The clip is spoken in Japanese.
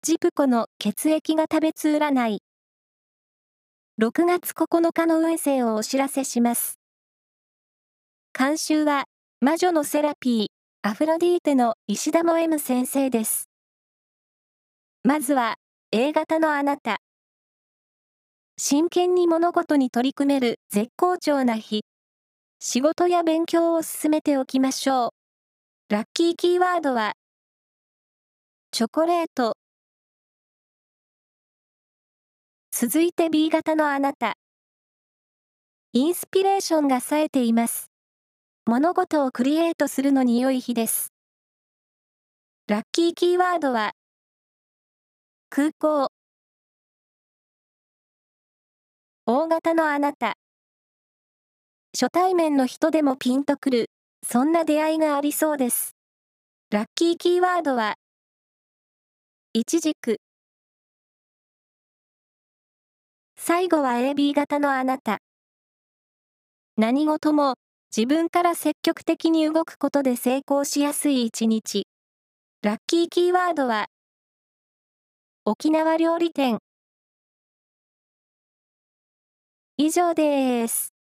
ジプコの血液が食べつ占い。6月9日の運勢をお知らせします。監修は、魔女のセラピー、アフロディーテの石田も M 先生です。まずは、A 型のあなた。真剣に物事に取り組める絶好調な日。仕事や勉強を進めておきましょう。ラッキーキーワードは、チョコレート。続いて B 型のあなた。インスピレーションが冴えています。物事をクリエイトするのに良い日です。ラッキーキーワードは、空港。大型のあなた。初対面の人でもピンとくる、そんな出会いがありそうです。ラッキーキーワードは、イチジク。最後は AB 型のあなた。何事も自分から積極的に動くことで成功しやすい一日。ラッキーキーワードは、沖縄料理店。以上です。